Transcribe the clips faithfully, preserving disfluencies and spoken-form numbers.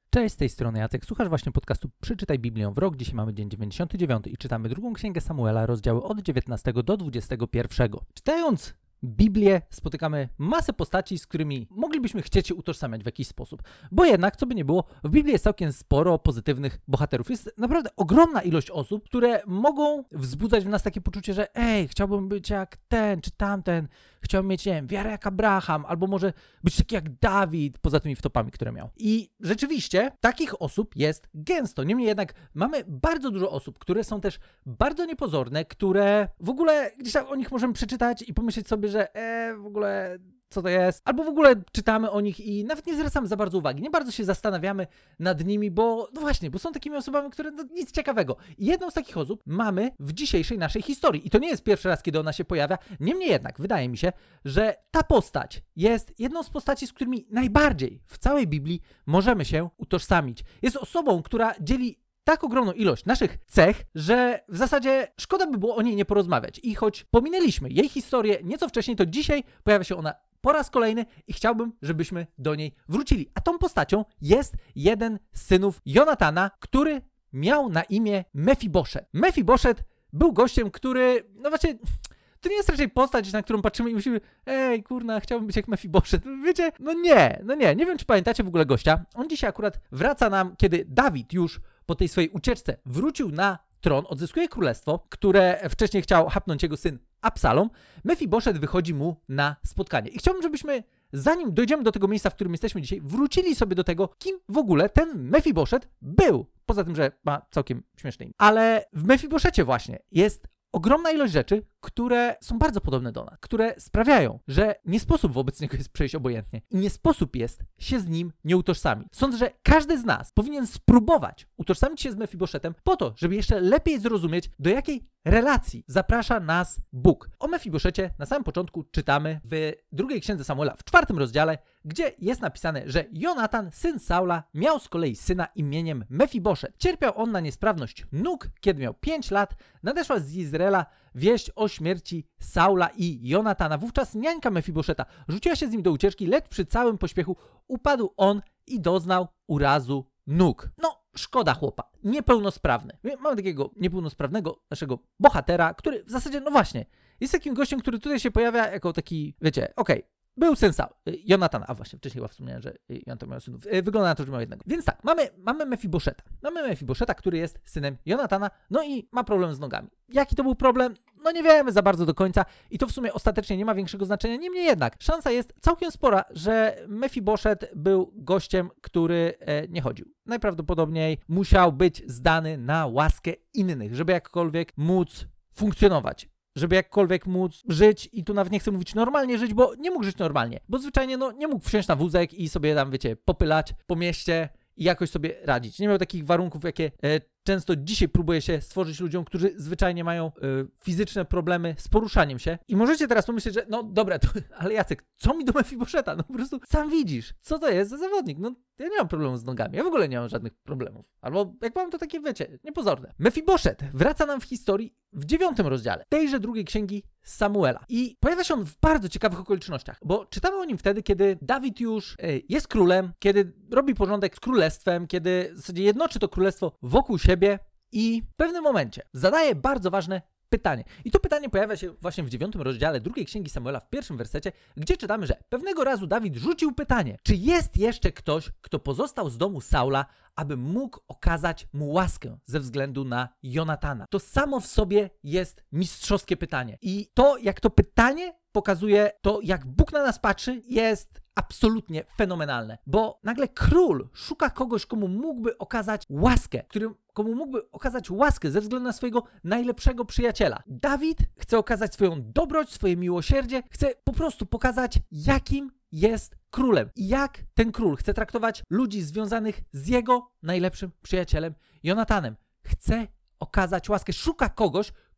Cześć, z tej strony Jacek. Słuchasz właśnie podcastu Przeczytaj Biblię w rok. Dzisiaj mamy dzień dziewięćdziesiąty dziewiąty i czytamy drugą księgę Samuela, rozdziały od dziewiętnastego do dwudziestego pierwszego. Czytając Biblię spotykamy masę postaci, z którymi moglibyśmy chcieć się utożsamiać w jakiś sposób. Bo jednak, co by nie było, w Biblii jest całkiem sporo pozytywnych bohaterów. Jest naprawdę ogromna ilość osób, które mogą wzbudzać w nas takie poczucie, że ej, chciałbym być jak ten czy tamten, chciałbym mieć, nie wiem, wiarę jak Abraham, albo może być taki jak Dawid, poza tymi wtopami, które miał. I rzeczywiście takich osób jest gęsto. Niemniej jednak mamy bardzo dużo osób, które są też bardzo niepozorne, które w ogóle gdzieś tam o nich możemy przeczytać i pomyśleć sobie, że e, w ogóle co to jest, albo w ogóle czytamy o nich i nawet nie zwracamy za bardzo uwagi, nie bardzo się zastanawiamy nad nimi, bo no właśnie, bo są takimi osobami, które no, nic ciekawego. I jedną z takich osób mamy w dzisiejszej naszej historii i to nie jest pierwszy raz, kiedy ona się pojawia, niemniej jednak wydaje mi się, że ta postać jest jedną z postaci, z którymi najbardziej w całej Biblii możemy się utożsamić. Jest osobą, która dzieli tak ogromną ilość naszych cech, że w zasadzie szkoda by było o niej nie porozmawiać. I choć pominęliśmy jej historię nieco wcześniej, to dzisiaj pojawia się ona po raz kolejny i chciałbym, żebyśmy do niej wrócili. A tą postacią jest jeden z synów Jonatana, który miał na imię Mefiboszet. Mefiboszet był gościem, który, no właśnie, to nie jest raczej postać, na którą patrzymy i myślimy, ej, kurna, chciałbym być jak Mefiboszet. Wiecie, no nie, no nie, nie wiem, czy pamiętacie w ogóle gościa. On dzisiaj akurat wraca nam, kiedy Dawid już po tej swojej ucieczce wrócił na tron, odzyskuje królestwo, które wcześniej chciał chapnąć jego syn Absalom. Mefiboszet wychodzi mu na spotkanie. I chciałbym, żebyśmy, zanim dojdziemy do tego miejsca, w którym jesteśmy dzisiaj, wrócili sobie do tego, kim w ogóle ten Mefiboszet był. Poza tym, że ma całkiem śmieszne imię. Ale w Mefiboszecie właśnie jest ogromna ilość rzeczy, które są bardzo podobne do nas, które sprawiają, że nie sposób wobec niego jest przejść obojętnie i nie sposób jest się z nim nie utożsamić. Sądzę, że każdy z nas powinien spróbować utożsamić się z Mefiboszetem po to, żeby jeszcze lepiej zrozumieć, do jakiej relacji zaprasza nas Bóg. O Mefiboszecie na samym początku czytamy w drugiej księdze Samuela, w czwartym rozdziale, gdzie jest napisane, że Jonatan, syn Saula, miał z kolei syna imieniem Mefiboszet. Cierpiał on na niesprawność nóg, kiedy miał pięć lat, nadeszła z Izraela wieść o śmierci Saula i Jonatana. Wówczas niańka Mefiboszeta rzuciła się z nim do ucieczki, lecz przy całym pośpiechu upadł on i doznał urazu nóg. No, szkoda chłopa. Niepełnosprawny. Mamy takiego niepełnosprawnego naszego bohatera, który w zasadzie, no właśnie, jest takim gościem, który tutaj się pojawia jako taki, wiecie, okej, okay, był syn Saul, Jonatan, a właśnie, wcześniej chyba wspomniałem, że Jonatan miał synów. Wygląda na to, że miał jednego. Więc tak, mamy, mamy Mefiboszeta. Mamy Mefiboszeta, który jest synem Jonatana, no i ma problem z nogami. Jaki to był problem? No nie wiemy za bardzo do końca i to w sumie ostatecznie nie ma większego znaczenia. Niemniej jednak, szansa jest całkiem spora, że Mefiboszet był gościem, który e, nie chodził. Najprawdopodobniej musiał być zdany na łaskę innych, żeby jakkolwiek móc funkcjonować. Żeby jakkolwiek móc żyć i tu nawet nie chcę mówić normalnie żyć, bo nie mógł żyć normalnie, bo zwyczajnie no nie mógł wsiąść na wózek i sobie tam, wiecie, popylać po mieście i jakoś sobie radzić. Nie miał takich warunków, jakie e, często dzisiaj próbuje się stworzyć ludziom, którzy zwyczajnie mają e, fizyczne problemy z poruszaniem się. I możecie teraz pomyśleć, że no dobra, to, ale Jacek, co mi do Mefiboszeta? No po prostu sam widzisz, co to jest za zawodnik. No ja nie mam problemu z nogami, ja w ogóle nie mam żadnych problemów. Albo jak mam to takie, wiecie, niepozorne. Mefiboszet wraca nam w historii w dziewiątym rozdziale tejże drugiej księgi Samuela. I pojawia się on w bardzo ciekawych okolicznościach, bo czytamy o nim wtedy, kiedy Dawid już y, jest królem, kiedy robi porządek z królestwem, kiedy w zasadzie jednoczy to królestwo wokół siebie i w pewnym momencie zadaje bardzo ważne pytanie. I to pytanie pojawia się właśnie w dziewiątym rozdziale drugiej księgi Samuela w pierwszym wersecie, gdzie czytamy, że pewnego razu Dawid rzucił pytanie, czy jest jeszcze ktoś, kto pozostał z domu Saula, aby mógł okazać mu łaskę ze względu na Jonatana. To samo w sobie jest mistrzowskie pytanie. I to, jak to pytanie pokazuje to, jak Bóg na nas patrzy, jest absolutnie fenomenalne. Bo nagle król szuka kogoś, komu mógłby okazać łaskę, którym, komu mógłby okazać łaskę ze względu na swojego najlepszego przyjaciela. Dawid chce okazać swoją dobroć, swoje miłosierdzie, chce po prostu pokazać, jakim jest królem. I jak ten król chce traktować ludzi związanych z jego najlepszym przyjacielem Jonatanem. Chce okazać łaskę. Szuka kogoś, komu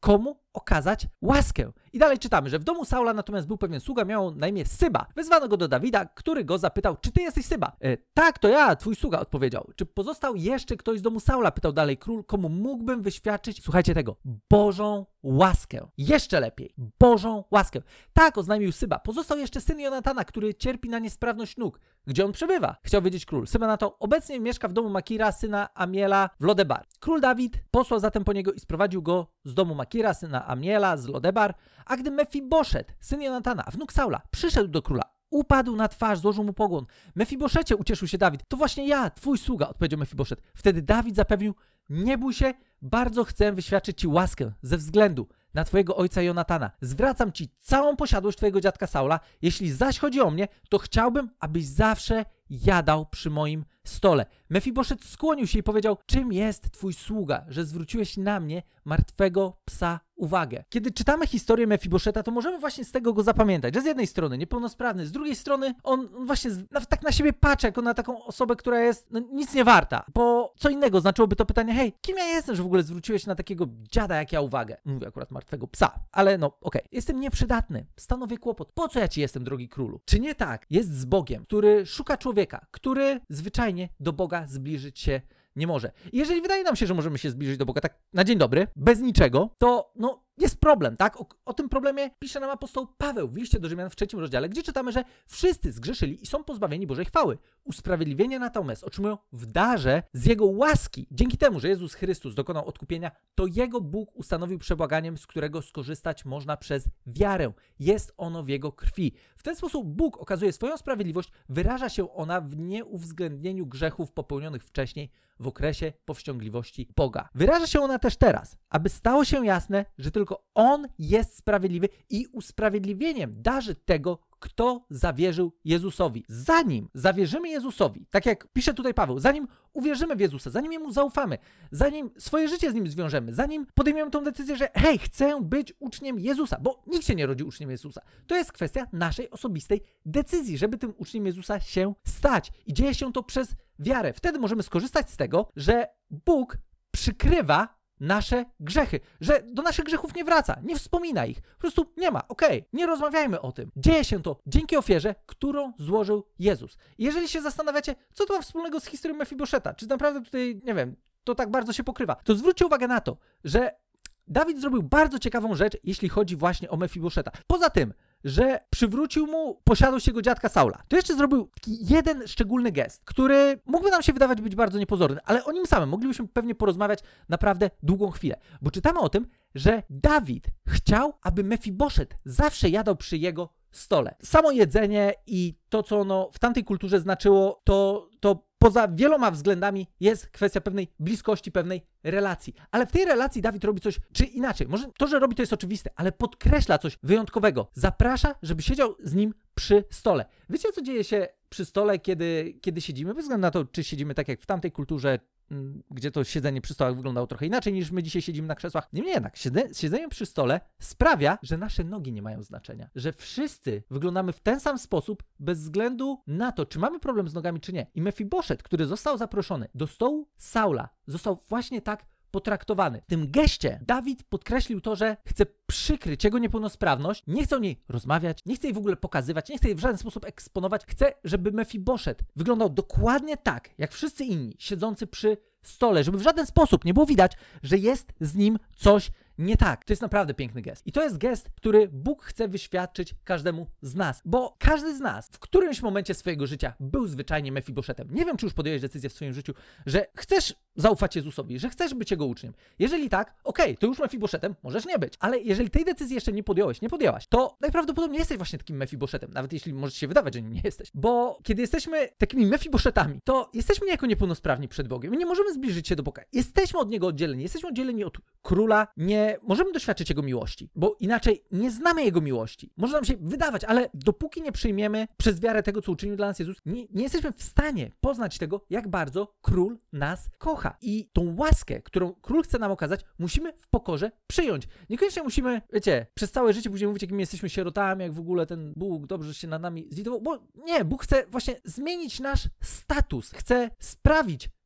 okazać łaskę. I dalej czytamy, że w domu Saula natomiast był pewien sługa, miał na imię Syba. Wezwano go do Dawida, który go zapytał, czy ty jesteś Syba? E, tak, to ja, twój sługa, odpowiedział. Czy pozostał jeszcze ktoś z domu Saula? Pytał dalej król, komu mógłbym wyświadczyć, słuchajcie tego, Bożą łaskę. Jeszcze lepiej, Bożą łaskę. Tak, oznajmił Syba. Pozostał jeszcze syn Jonatana, który cierpi na niesprawność nóg. Gdzie on przebywa? Chciał wiedzieć król. Syba na to, obecnie mieszka w domu Makira, syna Amiela w Lodebar. Król Dawid posłał zatem po niego i sprowadził go z domu Makira, syna Amiela z Lodebar, a gdy Mefiboszet, syn Jonatana, a wnuk Saula, przyszedł do króla, upadł na twarz, złożył mu pokłon. Mefiboszecie, ucieszył się Dawid. To właśnie ja, twój sługa, odpowiedział Mefiboszet. Wtedy Dawid zapewnił, nie bój się, bardzo chcę wyświadczyć ci łaskę ze względu na twojego ojca Jonatana. Zwracam ci całą posiadłość twojego dziadka Saula. Jeśli zaś chodzi o mnie, to chciałbym, abyś zawsze jadał przy moim stole. Mefiboszet skłonił się i powiedział, czym jest twój sługa, że zwróciłeś na mnie, martwego psa, uwagę. Kiedy czytamy historię Mefiboszeta, to możemy właśnie z tego go zapamiętać, że z jednej strony niepełnosprawny, z drugiej strony on właśnie z, na, tak na siebie patrzy, jako na taką osobę, która jest no, nic nie warta, bo co innego znaczyłoby to pytanie, hej, kim ja jestem, że w ogóle zwróciłeś na takiego dziada jak ja uwagę? Mówię akurat martwego psa, ale no okej. Okay. Jestem nieprzydatny, stanowię kłopot. Po co ja ci jestem, drogi królu? Czy nie tak jest z Bogiem, który szuka człowieka, który zwyczajnie do Boga zbliżyć się nie może. I jeżeli wydaje nam się, że możemy się zbliżyć do Boga tak na dzień dobry, bez niczego, to no jest problem, tak? O, o tym problemie pisze nam apostoł Paweł w liście do Rzymian w trzecim rozdziale, gdzie czytamy, że wszyscy zgrzeszyli i są pozbawieni Bożej chwały. Usprawiedliwienie natomiast otrzymują w darze z Jego łaski. Dzięki temu, że Jezus Chrystus dokonał odkupienia, to Jego Bóg ustanowił przebłaganiem, z którego skorzystać można przez wiarę. Jest ono w Jego krwi. W ten sposób Bóg okazuje swoją sprawiedliwość, wyraża się ona w nieuwzględnieniu grzechów popełnionych wcześniej w okresie powściągliwości Boga. Wyraża się ona też teraz, aby stało się jasne, że tylko On jest sprawiedliwy i usprawiedliwieniem darzy tego, kto zawierzył Jezusowi. Zanim zawierzymy Jezusowi, tak jak pisze tutaj Paweł, zanim uwierzymy w Jezusa, zanim Jemu zaufamy, zanim swoje życie z Nim zwiążemy, zanim podejmiemy tą decyzję, że hej, chcę być uczniem Jezusa, bo nikt się nie rodzi uczniem Jezusa. To jest kwestia naszej osobistej decyzji, żeby tym uczniem Jezusa się stać. I dzieje się to przez wiarę. Wtedy możemy skorzystać z tego, że Bóg przykrywa nasze grzechy, że do naszych grzechów nie wraca, nie wspomina ich, po prostu nie ma, okej, okay, nie rozmawiajmy o tym. Dzieje się to dzięki ofierze, którą złożył Jezus. I jeżeli się zastanawiacie, co to ma wspólnego z historią Mefiboszeta, czy naprawdę tutaj, nie wiem, to tak bardzo się pokrywa, to zwróćcie uwagę na to, że Dawid zrobił bardzo ciekawą rzecz, jeśli chodzi właśnie o Mefiboszeta. Poza tym, że przywrócił mu posiadłość jego dziadka Saula, to jeszcze zrobił taki jeden szczególny gest, który mógłby nam się wydawać być bardzo niepozorny, ale o nim samym moglibyśmy pewnie porozmawiać naprawdę długą chwilę, bo czytamy o tym, że Dawid chciał, aby Mefiboszet zawsze jadał przy jego stole. Samo jedzenie i to, co ono w tamtej kulturze znaczyło, to, to poza wieloma względami jest kwestia pewnej bliskości, pewnej relacji. Ale w tej relacji Dawid robi coś, czy inaczej. Może to, że robi, to jest oczywiste, ale podkreśla coś wyjątkowego. Zaprasza, żeby siedział z nim przy stole. Wiecie, co dzieje się przy stole, kiedy, kiedy siedzimy? Bez względu na to, czy siedzimy tak jak w tamtej kulturze, gdzie to siedzenie przy stołach wyglądało trochę inaczej niż my dzisiaj siedzimy na krzesłach. Niemniej jednak, siedzenie przy stole sprawia, że nasze nogi nie mają znaczenia. Że wszyscy wyglądamy w ten sam sposób, bez względu na to, czy mamy problem z nogami, czy nie. I Mefiboszet, który został zaproszony do stołu Saula, został właśnie tak potraktowany. W tym geście Dawid podkreślił to, że chce przykryć jego niepełnosprawność, nie chce o niej rozmawiać, nie chce jej w ogóle pokazywać, nie chce jej w żaden sposób eksponować. Chce, żeby Mefiboszet wyglądał dokładnie tak, jak wszyscy inni, siedzący przy stole, żeby w żaden sposób nie było widać, że jest z nim coś nie tak. To jest naprawdę piękny gest. I to jest gest, który Bóg chce wyświadczyć każdemu z nas. Bo każdy z nas w którymś momencie swojego życia był zwyczajnie Mefiboszetem. Nie wiem, czy już podjąłeś decyzję w swoim życiu, że chcesz zaufać Jezusowi, że chcesz być Jego uczniem. Jeżeli tak, okej, okay, to już Mefiboszetem możesz nie być. Ale jeżeli tej decyzji jeszcze nie podjąłeś, nie podjęłaś, to najprawdopodobniej jesteś właśnie takim Mefiboszetem. Nawet jeśli może się wydawać, że nim nie jesteś. Bo kiedy jesteśmy takimi Mefiboszetami, to jesteśmy niejako niepełnosprawni przed Bogiem. My nie możemy zbliżyć się do Boga. Jesteśmy od Niego oddzieleni. Jesteśmy oddzieleni od Króla. Nie możemy doświadczyć Jego miłości, bo inaczej nie znamy Jego miłości. Może nam się wydawać, ale dopóki nie przyjmiemy przez wiarę tego, co uczynił dla nas Jezus, nie, nie jesteśmy w stanie poznać tego, jak bardzo Król nas kocha. I tą łaskę, którą Król chce nam okazać, musimy w pokorze przyjąć. Niekoniecznie musimy, wiecie, przez całe życie później mówić, jakimi jesteśmy sierotami, jak w ogóle ten Bóg dobrze się nad nami zlitował, bo nie, Bóg chce właśnie zmienić nasz status. Chce sprawić,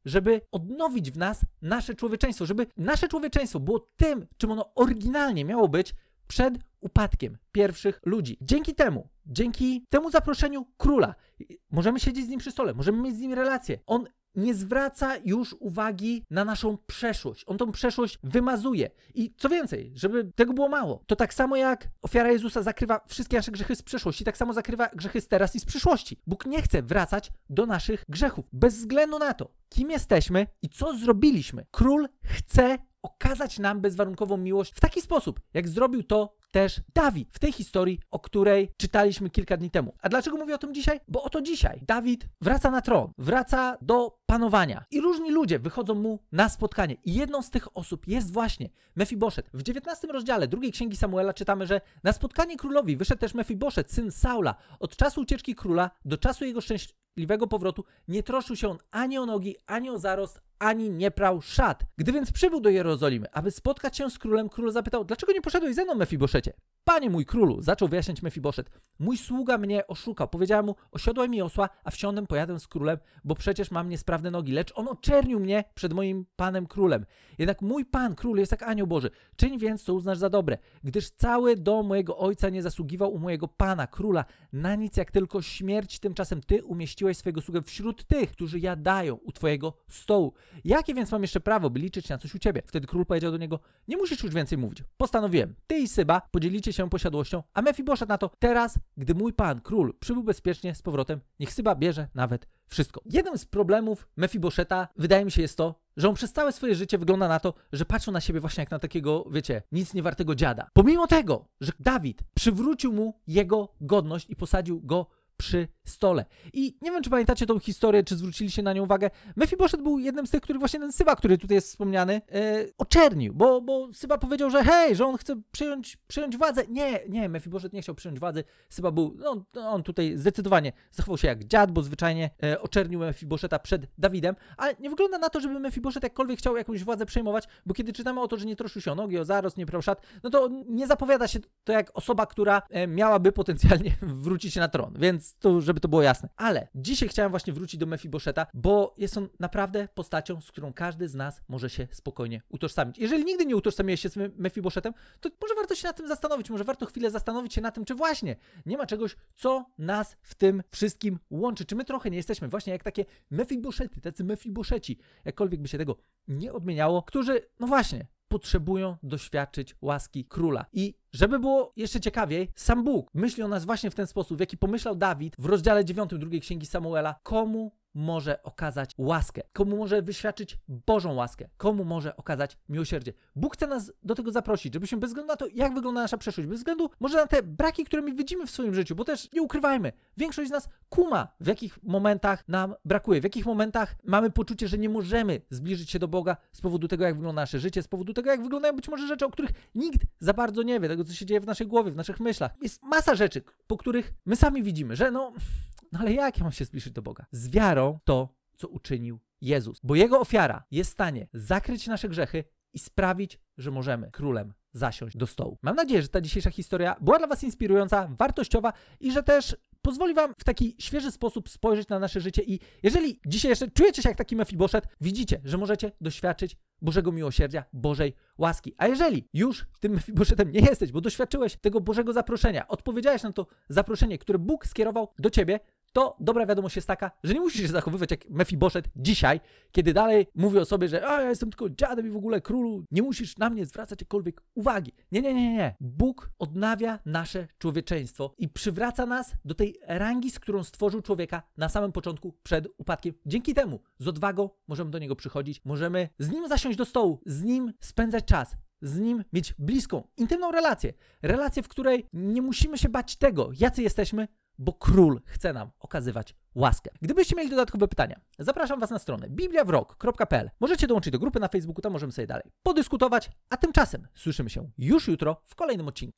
żeby odnowić w nas nasze człowieczeństwo, żeby nasze człowieczeństwo było tym, czym ono oryginalnie miało być przed upadkiem pierwszych ludzi. Dzięki temu, dzięki temu zaproszeniu króla, możemy siedzieć z nim przy stole, możemy mieć z nim relację. On nie zwraca już uwagi na naszą przeszłość. On tą przeszłość wymazuje. I co więcej, żeby tego było mało, to tak samo jak ofiara Jezusa zakrywa wszystkie nasze grzechy z przeszłości, tak samo zakrywa grzechy z teraz i z przyszłości. Bóg nie chce wracać do naszych grzechów. Bez względu na to, kim jesteśmy i co zrobiliśmy. Król chce okazać nam bezwarunkową miłość w taki sposób, jak zrobił to też Dawid w tej historii, o której czytaliśmy kilka dni temu. A dlaczego mówię o tym dzisiaj? Bo oto dzisiaj Dawid wraca na tron, wraca do panowania i różni ludzie wychodzą mu na spotkanie. I jedną z tych osób jest właśnie Mefiboszet. W dziewiętnastym rozdziale drugiej księgi Samuela czytamy, że na spotkanie królowi wyszedł też Mefiboszet, syn Saula. Od czasu ucieczki króla do czasu jego szczęśliwego powrotu nie troszczył się on ani o nogi, ani o zarost, ani nie prał szat. Gdy więc przybył do Jerozolimy, aby spotkać się z królem, król zapytał, dlaczego nie poszedłeś ze mną, Mefiboszecie? Panie mój królu, zaczął wyjaśniać Mefiboszet, mój sługa mnie oszukał. Powiedziałem mu, osiodłaj mi osła, a wsiądę, pojadę z królem, bo przecież mam niesprawne nogi. Lecz on oczernił mnie przed moim panem królem. Jednak mój pan król jest jak anioł Boży. Czyń więc, co uznasz za dobre, gdyż cały dom mojego ojca nie zasługiwał u mojego pana króla na nic, jak tylko śmierć. Tymczasem ty umieściłeś swojego sługę wśród tych, którzy jadają u twojego stołu. Jakie więc mam jeszcze prawo, by liczyć na coś u ciebie? Wtedy król powiedział do niego, nie musisz już więcej mówić. Postanowiłem, ty i Syba podzielicie się posiadłością, a Mefiboszet na to, teraz, gdy mój pan, król, przybył bezpiecznie z powrotem, niech Syba bierze nawet wszystko. Jednym z problemów Mefiboszeta, wydaje mi się, jest to, że on przez całe swoje życie wygląda na to, że patrzą na siebie właśnie jak na takiego, wiecie, nic niewartego dziada. Pomimo tego, że Dawid przywrócił mu jego godność i posadził go przy stole. I nie wiem, czy pamiętacie tą historię, czy zwróciliście na nią uwagę. Mefiboszet był jednym z tych, których właśnie ten Syba, który tutaj jest wspomniany, e, oczernił, bo, bo Syba powiedział, że hej, że on chce przyjąć, przyjąć władzę. Nie, nie, Mefiboszet nie chciał przyjąć władzy. Syba był, no, on tutaj zdecydowanie zachował się jak dziad, bo zwyczajnie e, oczernił Mefiboszeta przed Dawidem, ale nie wygląda na to, żeby Mefiboszet jakkolwiek chciał jakąś władzę przejmować, bo kiedy czytamy o to, że nie troszczył się o nogi, o zarost, nie prał szat, no to nie zapowiada się to jak osoba, która e, miałaby potencjalnie wrócić na tron, więc to, żeby to było jasne. Ale dzisiaj chciałem właśnie wrócić do Mefiboszeta, bo jest on naprawdę postacią, z którą każdy z nas może się spokojnie utożsamić. Jeżeli nigdy nie utożsamiłeś się z Mefiboszetem, to może warto się nad tym zastanowić, może warto chwilę zastanowić się nad tym, czy właśnie nie ma czegoś, co nas w tym wszystkim łączy. Czy my trochę nie jesteśmy właśnie jak takie Mefiboszety, tacy Mefiboszeci, jakkolwiek by się tego nie odmieniało, którzy, no właśnie, potrzebują doświadczyć łaski króla. I żeby było jeszcze ciekawiej, sam Bóg myśli o nas właśnie w ten sposób, w jaki pomyślał Dawid w rozdziale dziewiątym drugiej księgi Samuela, komu może okazać łaskę, komu może wyświadczyć Bożą łaskę, komu może okazać miłosierdzie. Bóg chce nas do tego zaprosić, żebyśmy bez względu na to, jak wygląda nasza przeszłość, bez względu może na te braki, które my widzimy w swoim życiu, bo też nie ukrywajmy, większość z nas kuma, w jakich momentach nam brakuje, w jakich momentach mamy poczucie, że nie możemy zbliżyć się do Boga z powodu tego, jak wygląda nasze życie, z powodu tego, jak wyglądają być może rzeczy, o których nikt za bardzo nie wie, tego, co się dzieje w naszej głowie, w naszych myślach. Jest masa rzeczy, po których my sami widzimy, że no, no ale jak ja mam się zbliżyć do Boga? Z wiarą to, co uczynił Jezus. Bo Jego ofiara jest w stanie zakryć nasze grzechy i sprawić, że możemy królem zasiąść do stołu. Mam nadzieję, że ta dzisiejsza historia była dla was inspirująca, wartościowa i że też pozwoli wam w taki świeży sposób spojrzeć na nasze życie i jeżeli dzisiaj jeszcze czujecie się jak taki Mefiboszet, widzicie, że możecie doświadczyć Bożego miłosierdzia, Bożej łaski. A jeżeli już tym Mefiboszetem nie jesteś, bo doświadczyłeś tego Bożego zaproszenia, odpowiedziałeś na to zaproszenie, które Bóg skierował do ciebie, to dobra wiadomość jest taka, że nie musisz się zachowywać jak Mefiboszet dzisiaj, kiedy dalej mówi o sobie, że a, ja jestem tylko dziadem i w ogóle królu, nie musisz na mnie zwracać jakkolwiek uwagi. Nie, nie, nie, nie. Bóg odnawia nasze człowieczeństwo i przywraca nas do tej rangi, z którą stworzył człowieka na samym początku przed upadkiem. Dzięki temu z odwagą możemy do Niego przychodzić, możemy z Nim zasiąść do stołu, z Nim spędzać czas, z Nim mieć bliską, intymną relację. Relację, w której nie musimy się bać tego, jacy jesteśmy, bo Król chce nam okazywać łaskę. Gdybyście mieli dodatkowe pytania, zapraszam was na stronę biblia w rok kropka p l. Możecie dołączyć do grupy na Facebooku, tam możemy sobie dalej podyskutować, a tymczasem słyszymy się już jutro w kolejnym odcinku.